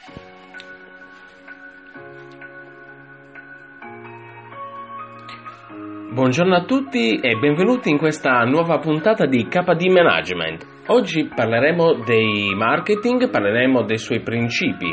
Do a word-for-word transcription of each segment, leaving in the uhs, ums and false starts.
Buongiorno a tutti e benvenuti in questa nuova puntata di K D Management. Oggi parleremo dei marketing, parleremo dei suoi principi.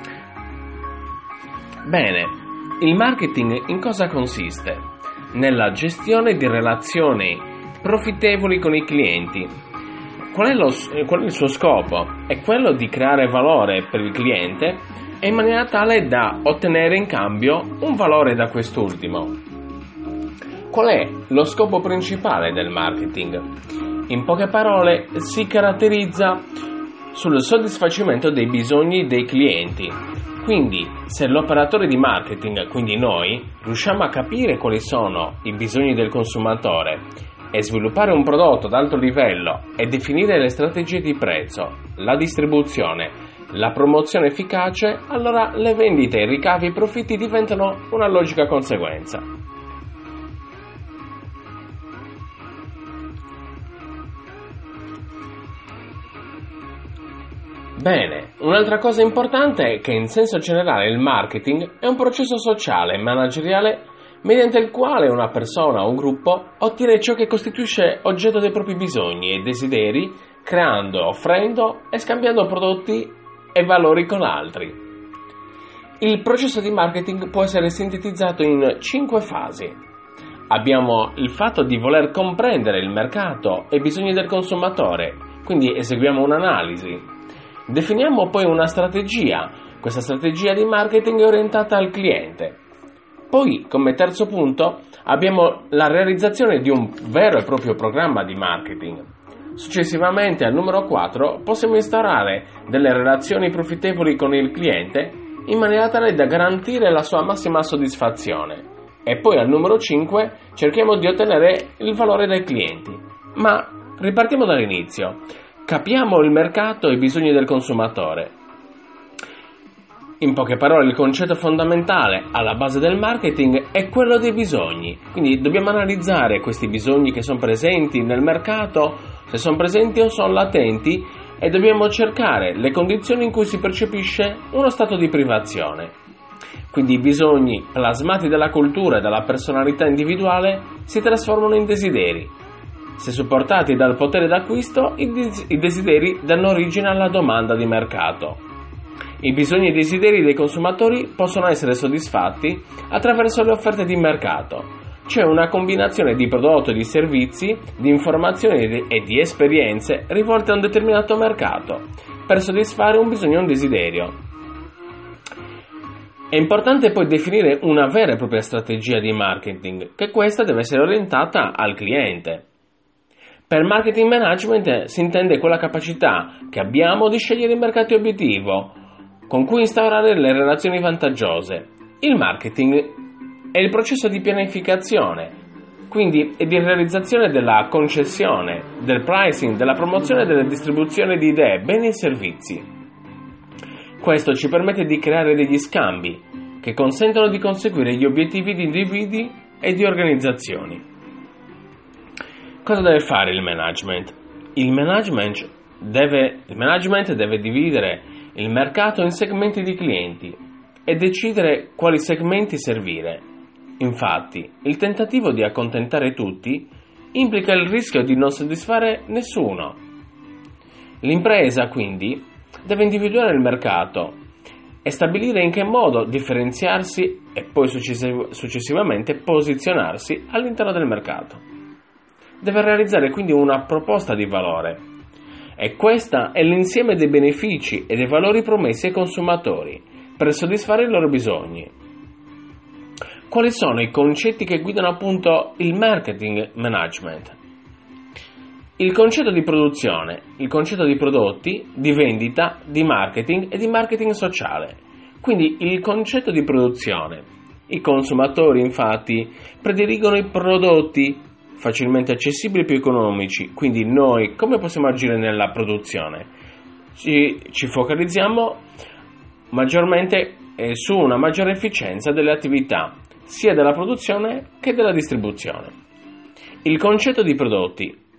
Bene, il marketing in cosa consiste? Nella gestione di relazioni profittevoli con i clienti. Qual è, lo, qual è il suo scopo? È quello di creare valore per il cliente e in maniera tale da ottenere in cambio un valore da quest'ultimo. Qual è lo scopo principale del marketing? In poche parole, si caratterizza sul soddisfacimento dei bisogni dei clienti. Quindi, se l'operatore di marketing, quindi noi, riusciamo a capire quali sono i bisogni del consumatore e sviluppare un prodotto ad alto livello e definire le strategie di prezzo, la distribuzione, la promozione efficace, allora le vendite, i ricavi e i profitti diventano una logica conseguenza. Bene, un'altra cosa importante è che in senso generale il marketing è un processo sociale e manageriale mediante il quale una persona o un gruppo ottiene ciò che costituisce oggetto dei propri bisogni e desideri, creando, offrendo e scambiando prodotti e valori con altri. Il processo di marketing può essere sintetizzato in cinque fasi. Abbiamo il fatto di voler comprendere il mercato e i bisogni del consumatore, quindi eseguiamo un'analisi. Definiamo poi una strategia. Questa strategia di marketing è orientata al cliente. Poi, come terzo punto, abbiamo la realizzazione di un vero e proprio programma di marketing. Successivamente, al numero quattro, possiamo instaurare delle relazioni profittevoli con il cliente in maniera tale da garantire la sua massima soddisfazione. E poi, al numero cinque, cerchiamo di ottenere il valore dai clienti. Ma ripartiamo dall'inizio. Capiamo il mercato e i bisogni del consumatore. In poche parole, il concetto fondamentale alla base del marketing è quello dei bisogni. Quindi dobbiamo analizzare questi bisogni che sono presenti nel mercato, se sono presenti o sono latenti, e dobbiamo cercare le condizioni in cui si percepisce uno stato di privazione. Quindi i bisogni plasmati dalla cultura e dalla personalità individuale si trasformano in desideri. Se supportati dal potere d'acquisto, i, des- i desideri danno origine alla domanda di mercato. I bisogni e i desideri dei consumatori possono essere soddisfatti attraverso le offerte di mercato, cioè una combinazione di prodotti e di servizi, di informazioni e di esperienze rivolte a un determinato mercato, per soddisfare un bisogno e un desiderio. È importante poi definire una vera e propria strategia di marketing, che questa deve essere orientata al cliente. Per marketing management si intende quella capacità che abbiamo di scegliere il mercato obiettivo, con cui instaurare le relazioni vantaggiose. Il marketing è il processo di pianificazione, quindi è di realizzazione della concessione, del pricing, della promozione e della distribuzione di idee, beni e servizi. Questo ci permette di creare degli scambi che consentono di conseguire gli obiettivi di individui e di organizzazioni. Cosa deve fare il management? Il management deve, il management deve dividere il mercato in segmenti di clienti e decidere quali segmenti servire. Infatti, il tentativo di accontentare tutti implica il rischio di non soddisfare nessuno. L'impresa, quindi, deve individuare il mercato e stabilire in che modo differenziarsi e poi successiv- successivamente posizionarsi all'interno del mercato. Deve realizzare quindi una proposta di valore e questa è l'insieme dei benefici e dei valori promessi ai consumatori per soddisfare i loro bisogni. Quali sono i concetti che guidano appunto il marketing management? Il concetto di produzione, il concetto di prodotti, di vendita, di marketing e di marketing sociale. Quindi il concetto di produzione. I consumatori infatti prediligono i prodotti facilmente accessibili e più economici, quindi noi come possiamo agire nella produzione? Ci, ci focalizziamo maggiormente eh, su una maggiore efficienza delle attività, sia della produzione che della distribuzione. Il concetto di prodotti.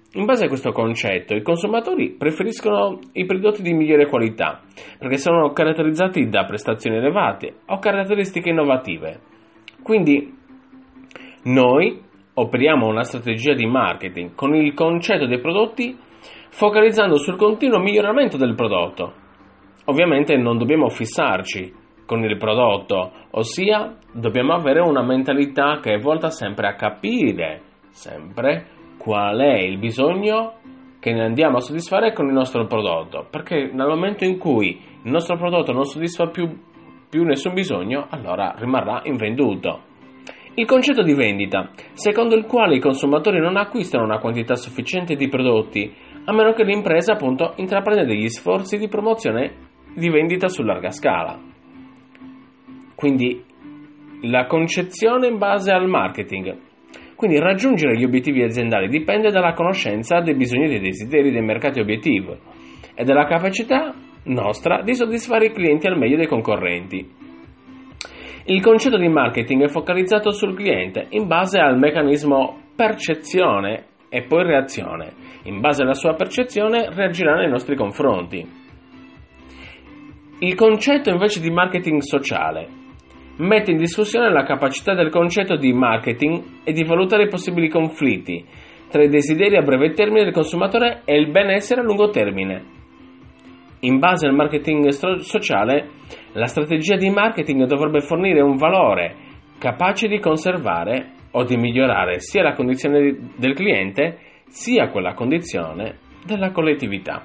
In base a questo concetto, i consumatori preferiscono i prodotti di migliore qualità perché sono caratterizzati da prestazioni elevate o caratteristiche innovative. Quindi noi operiamo una strategia di marketing con il concetto dei prodotti focalizzando sul continuo miglioramento del prodotto. Ovviamente non dobbiamo fissarci con il prodotto, ossia dobbiamo avere una mentalità che è volta sempre a capire sempre qual è il bisogno che ne andiamo a soddisfare con il nostro prodotto, perché nel momento in cui il nostro prodotto non soddisfa più, più nessun bisogno, allora rimarrà invenduto. Il concetto di vendita, secondo il quale i consumatori non acquistano una quantità sufficiente di prodotti, a meno che l'impresa appunto intraprenda degli sforzi di promozione di vendita su larga scala. Quindi la concezione in base al marketing. Quindi raggiungere gli obiettivi aziendali dipende dalla conoscenza dei bisogni e dei desideri dei mercati obiettivi e dalla capacità nostra di soddisfare i clienti al meglio dei concorrenti. Il concetto di marketing è focalizzato sul cliente in base al meccanismo percezione e poi reazione. In base alla sua percezione reagirà nei nostri confronti. Il concetto invece di marketing sociale mette in discussione la capacità del concetto di marketing e di valutare i possibili conflitti tra i desideri a breve termine del consumatore e il benessere a lungo termine. In base al marketing sociale, la strategia di marketing dovrebbe fornire un valore capace di conservare o di migliorare sia la condizione del cliente sia quella condizione della collettività.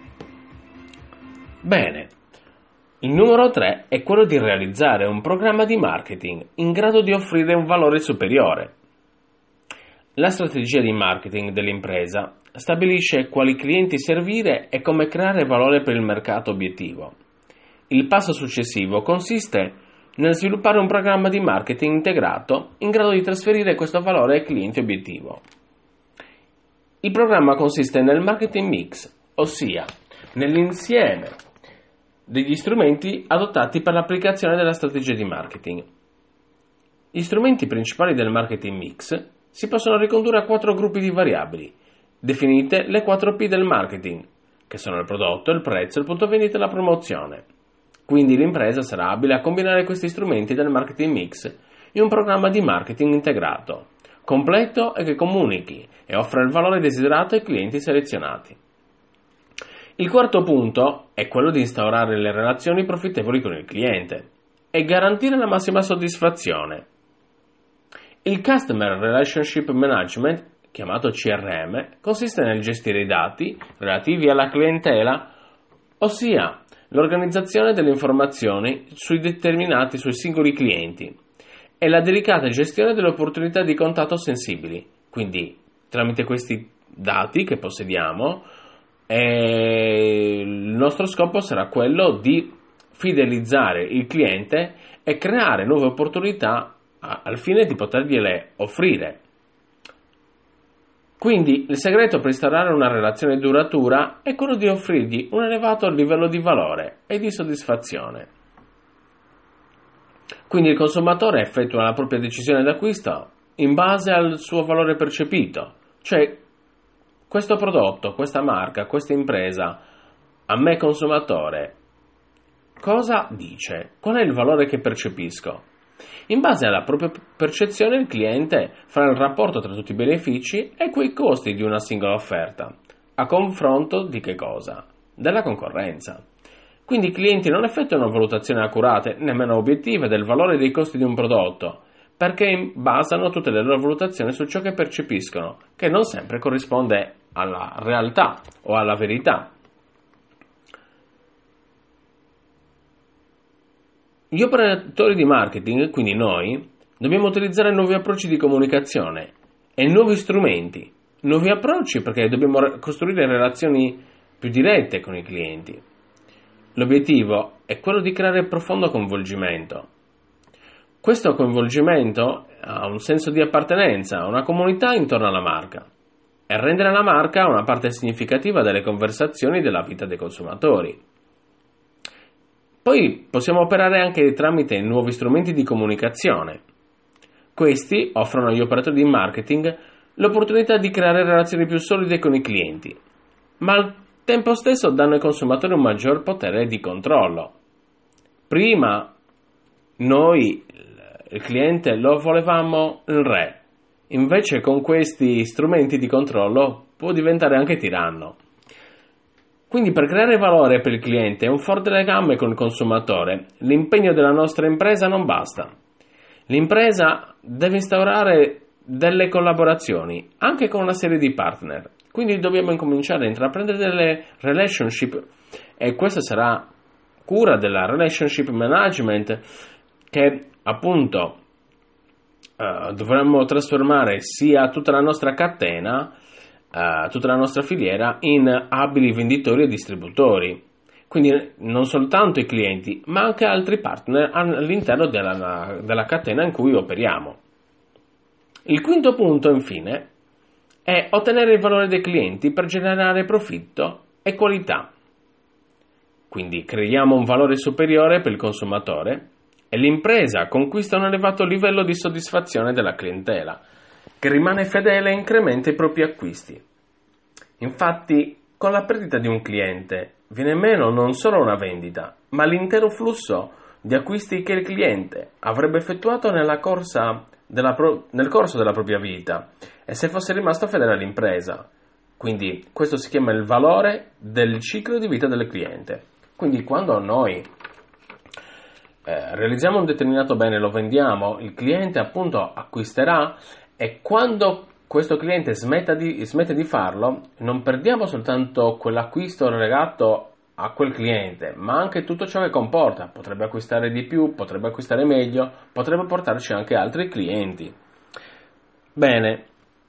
Bene. Il numero tre è quello di realizzare un programma di marketing in grado di offrire un valore superiore. La strategia di marketing dell'impresa stabilisce quali clienti servire e come creare valore per il mercato obiettivo. Il passo successivo consiste nel sviluppare un programma di marketing integrato in grado di trasferire questo valore ai clienti obiettivo. Il programma consiste nel marketing mix, ossia nell'insieme degli strumenti adottati per l'applicazione della strategia di marketing. Gli strumenti principali del marketing mix si possono ricondurre a quattro gruppi di variabili, definite le quattro P del marketing, che sono il prodotto, il prezzo, il punto vendita e la promozione. Quindi l'impresa sarà abile a combinare questi strumenti del marketing mix in un programma di marketing integrato, completo e che comunichi e offra il valore desiderato ai clienti selezionati. Il quarto punto è quello di instaurare le relazioni profittevoli con il cliente e garantire la massima soddisfazione. Il Customer Relationship Management, chiamato C R M, consiste nel gestire i dati relativi alla clientela, ossia l'organizzazione delle informazioni sui determinati sui singoli clienti e la delicata gestione delle opportunità di contatto sensibili. Quindi, tramite questi dati che possediamo, e il nostro scopo sarà quello di fidelizzare il cliente e creare nuove opportunità al fine di potergliele offrire. Quindi il segreto per instaurare una relazione duratura è quello di offrirgli un elevato livello di valore e di soddisfazione. Quindi il consumatore effettua la propria decisione d'acquisto in base al suo valore percepito, cioè questo prodotto, questa marca, questa impresa, a me consumatore, cosa dice? Qual è il valore che percepisco? In base alla propria percezione il cliente farà il rapporto tra tutti i benefici e quei costi di una singola offerta, a confronto di che cosa? Della concorrenza. Quindi i clienti non effettuano valutazioni accurate, nemmeno obiettive, del valore e dei costi di un prodotto, perché basano tutte le loro valutazioni su ciò che percepiscono, che non sempre corrisponde alla realtà o alla verità. Gli operatori di marketing, quindi noi, dobbiamo utilizzare nuovi approcci di comunicazione e nuovi strumenti, nuovi approcci perché dobbiamo costruire relazioni più dirette con i clienti. L'obiettivo è quello di creare profondo coinvolgimento. Questo coinvolgimento ha un senso di appartenenza a una comunità intorno alla marca e rendere la marca una parte significativa delle conversazioni della vita dei consumatori. Poi possiamo operare anche tramite nuovi strumenti di comunicazione. Questi offrono agli operatori di marketing l'opportunità di creare relazioni più solide con i clienti, ma al tempo stesso danno ai consumatori un maggior potere di controllo. Prima noi, il cliente, lo volevamo il re, invece con questi strumenti di controllo può diventare anche tiranno. Quindi per creare valore per il cliente e un forte legame con il consumatore, l'impegno della nostra impresa non basta. L'impresa deve instaurare delle collaborazioni, anche con una serie di partner. Quindi dobbiamo incominciare a intraprendere delle relationship, e questa sarà cura della relationship management, che appunto eh, dovremmo trasformare sia tutta la nostra catena, eh, tutta la nostra filiera in abili venditori e distributori. Quindi non soltanto i clienti, ma anche altri partner all'interno della, della catena in cui operiamo. Il quinto punto, infine, è ottenere il valore dei clienti per generare profitto e qualità. Quindi creiamo un valore superiore per il consumatore e l'impresa conquista un elevato livello di soddisfazione della clientela, che rimane fedele e incrementa i propri acquisti. Infatti, con la perdita di un cliente viene meno non solo una vendita, ma l'intero flusso di acquisti che il cliente avrebbe effettuato nella corsa della pro- nel corso della propria vita e se fosse rimasto fedele all'impresa. Quindi questo si chiama il valore del ciclo di vita del cliente. Quindi quando noi eh, realizziamo un determinato bene, lo vendiamo, il cliente appunto acquisterà, e quando questo cliente smetta di, smette di farlo, non perdiamo soltanto quell'acquisto legato a quel cliente, ma anche tutto ciò che comporta. Potrebbe acquistare di più, potrebbe acquistare meglio, potrebbe portarci anche altri clienti. Bene,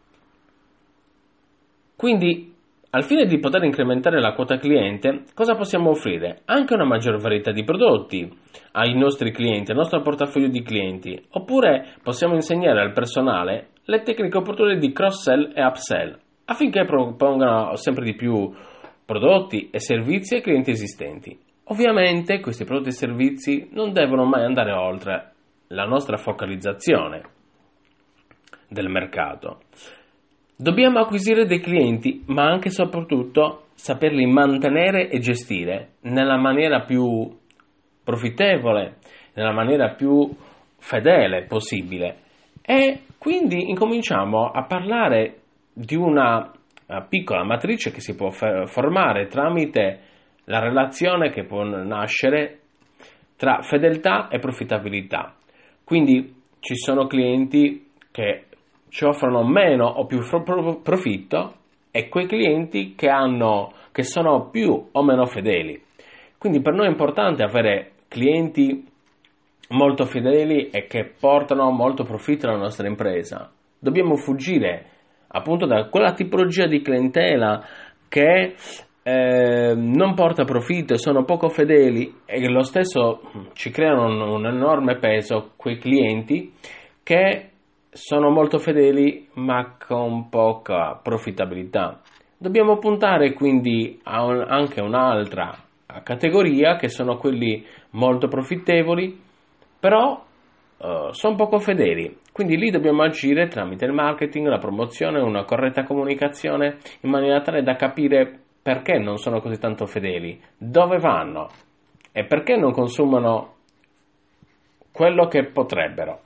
quindi al fine di poter incrementare la quota cliente, cosa possiamo offrire? Anche una maggior varietà di prodotti ai nostri clienti, al nostro portafoglio di clienti, oppure possiamo insegnare al personale le tecniche opportune di cross-sell e upsell, affinché propongano sempre di più prodotti e servizi ai clienti esistenti. Ovviamente questi prodotti e servizi non devono mai andare oltre la nostra focalizzazione del mercato. Dobbiamo acquisire dei clienti, ma anche e soprattutto saperli mantenere e gestire nella maniera più profittevole, nella maniera più fedele possibile. E quindi incominciamo a parlare di una piccola matrice che si può formare tramite la relazione che può nascere tra fedeltà e profittabilità. Quindi ci sono clienti che ci offrono meno o più profitto e quei clienti che hanno che sono più o meno fedeli. Quindi per noi è importante avere clienti molto fedeli e che portano molto profitto alla nostra impresa. Dobbiamo fuggire appunto da quella tipologia di clientela che eh, non porta profitto e sono poco fedeli, e lo stesso ci creano un, un enorme peso quei clienti che sono molto fedeli ma con poca profittabilità. Dobbiamo puntare quindi a un, anche un'altra categoria, che sono quelli molto profittevoli però uh, sono poco fedeli. Quindi lì dobbiamo agire tramite il marketing, la promozione, una corretta comunicazione, in maniera tale da capire perché non sono così tanto fedeli, dove vanno e perché non consumano quello che potrebbero.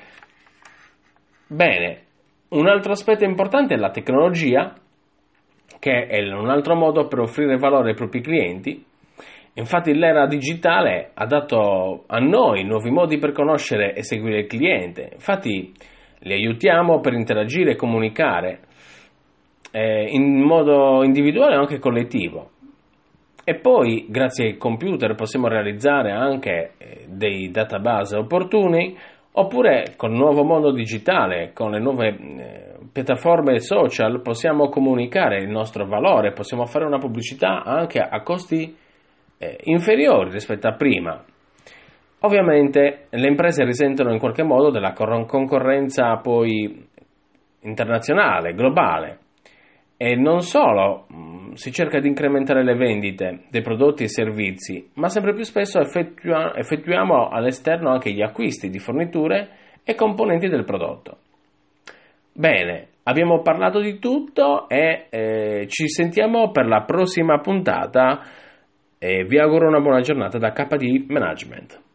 Bene, un altro aspetto importante è la tecnologia, che è un altro modo per offrire valore ai propri clienti. Infatti l'era digitale ha dato a noi nuovi modi per conoscere e seguire il cliente. Infatti li aiutiamo per interagire e comunicare eh, in modo individuale o anche collettivo. E poi grazie ai computer possiamo realizzare anche eh, dei database opportuni, oppure con il nuovo mondo digitale, con le nuove eh, piattaforme social, possiamo comunicare il nostro valore, possiamo fare una pubblicità anche a costi eh, inferiori rispetto a prima. Ovviamente le imprese risentono in qualche modo della concorrenza poi internazionale, globale, e non solo mh, si cerca di incrementare le vendite dei prodotti e servizi, ma sempre più spesso effettua- effettuiamo all'esterno anche gli acquisti di forniture e componenti del prodotto. Bene, Abbiamo parlato di tutto e eh, ci sentiamo per la prossima puntata e vi auguro una buona giornata da K D Management.